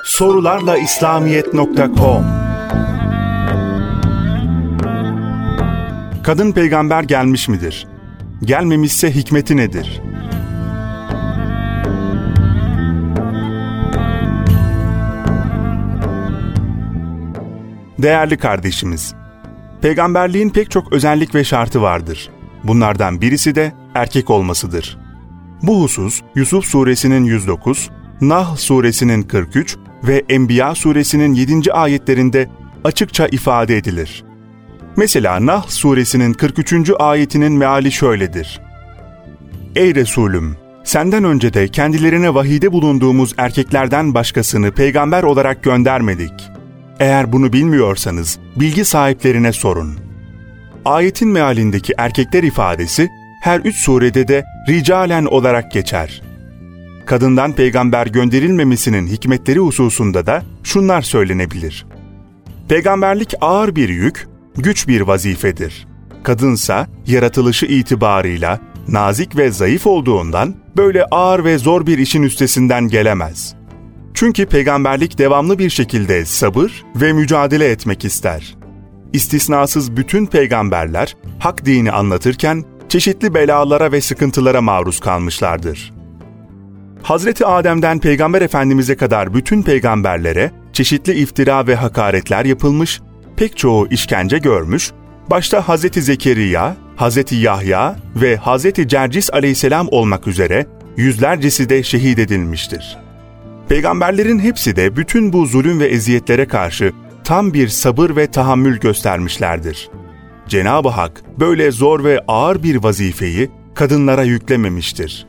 Sorularla İslamiyet.com. Kadın peygamber gelmiş midir? Gelmemişse hikmeti nedir? Değerli kardeşimiz, peygamberliğin pek çok özellik ve şartı vardır. Bunlardan birisi de erkek olmasıdır. Bu husus Yusuf suresinin 109, Nahl suresinin 43 ve Enbiya suresinin 7. ayetlerinde açıkça ifade edilir. Mesela Nahl suresinin 43. ayetinin meali şöyledir: Ey Resulüm! Senden önce de kendilerine vahide bulunduğumuz erkeklerden başkasını peygamber olarak göndermedik. Eğer bunu bilmiyorsanız bilgi sahiplerine sorun. Ayetin mealindeki erkekler ifadesi her 3 surede de ricalen olarak geçer. Kadından peygamber gönderilmemesinin hikmetleri hususunda da şunlar söylenebilir. Peygamberlik ağır bir yük, güç bir vazifedir. Kadınsa yaratılışı itibarıyla nazik ve zayıf olduğundan böyle ağır ve zor bir işin üstesinden gelemez. Çünkü peygamberlik devamlı bir şekilde sabır ve mücadele etmek ister. İstisnasız bütün peygamberler hak dini anlatırken çeşitli belalara ve sıkıntılara maruz kalmışlardır. Hazreti Adem'den Peygamber Efendimiz'e kadar bütün peygamberlere çeşitli iftira ve hakaretler yapılmış, pek çoğu işkence görmüş, başta Hazreti Zekeriya, Hazreti Yahya ve Hazreti Cercis aleyhisselam olmak üzere yüzlercesi de şehit edilmiştir. Peygamberlerin hepsi de bütün bu zulüm ve eziyetlere karşı tam bir sabır ve tahammül göstermişlerdir. Cenab-ı Hak böyle zor ve ağır bir vazifeyi kadınlara yüklememiştir.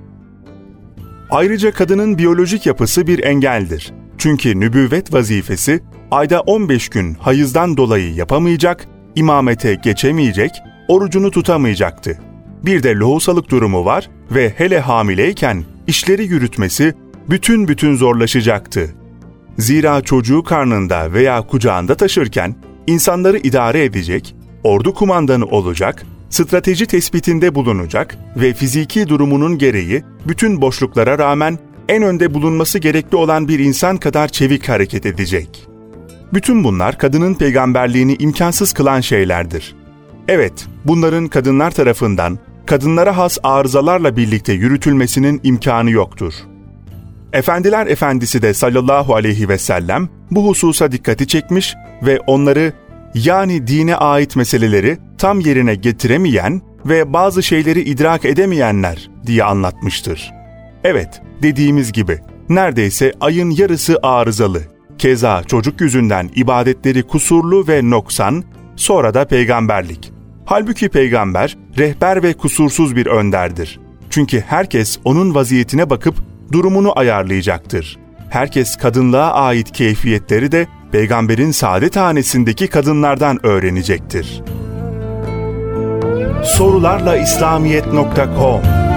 Ayrıca kadının biyolojik yapısı bir engeldir. Çünkü nübüvvet vazifesi ayda 15 gün hayızdan dolayı yapamayacak, imamete geçemeyecek, orucunu tutamayacaktı. Bir de lohusalık durumu var ve hele hamileyken işleri yürütmesi bütün zorlaşacaktı. Zira çocuğu karnında veya kucağında taşırken insanları idare edecek, ordu kumandanı olacak, strateji tespitinde bulunacak ve fiziki durumunun gereği bütün boşluklara rağmen en önde bulunması gerekli olan bir insan kadar çevik hareket edecek. Bütün bunlar kadının peygamberliğini imkansız kılan şeylerdir. Evet, bunların kadınlar tarafından kadınlara has arızalarla birlikte yürütülmesinin imkanı yoktur. Efendiler Efendisi de sallallahu aleyhi ve sellem bu hususa dikkati çekmiş ve onları, yani dine ait meseleleri tam yerine getiremeyen ve bazı şeyleri idrak edemeyenler diye anlatmıştır. Evet, dediğimiz gibi neredeyse ayın yarısı arızalı. Keza çocuk yüzünden ibadetleri kusurlu ve noksan, sonra da peygamberlik. Halbuki peygamber rehber ve kusursuz bir önderdir. Çünkü herkes onun vaziyetine bakıp durumunu ayarlayacaktır. Herkes kadınlığa ait keyfiyetleri de peygamberin saadethanesindeki kadınlardan öğrenecektir. Sorularla İslamiyet.com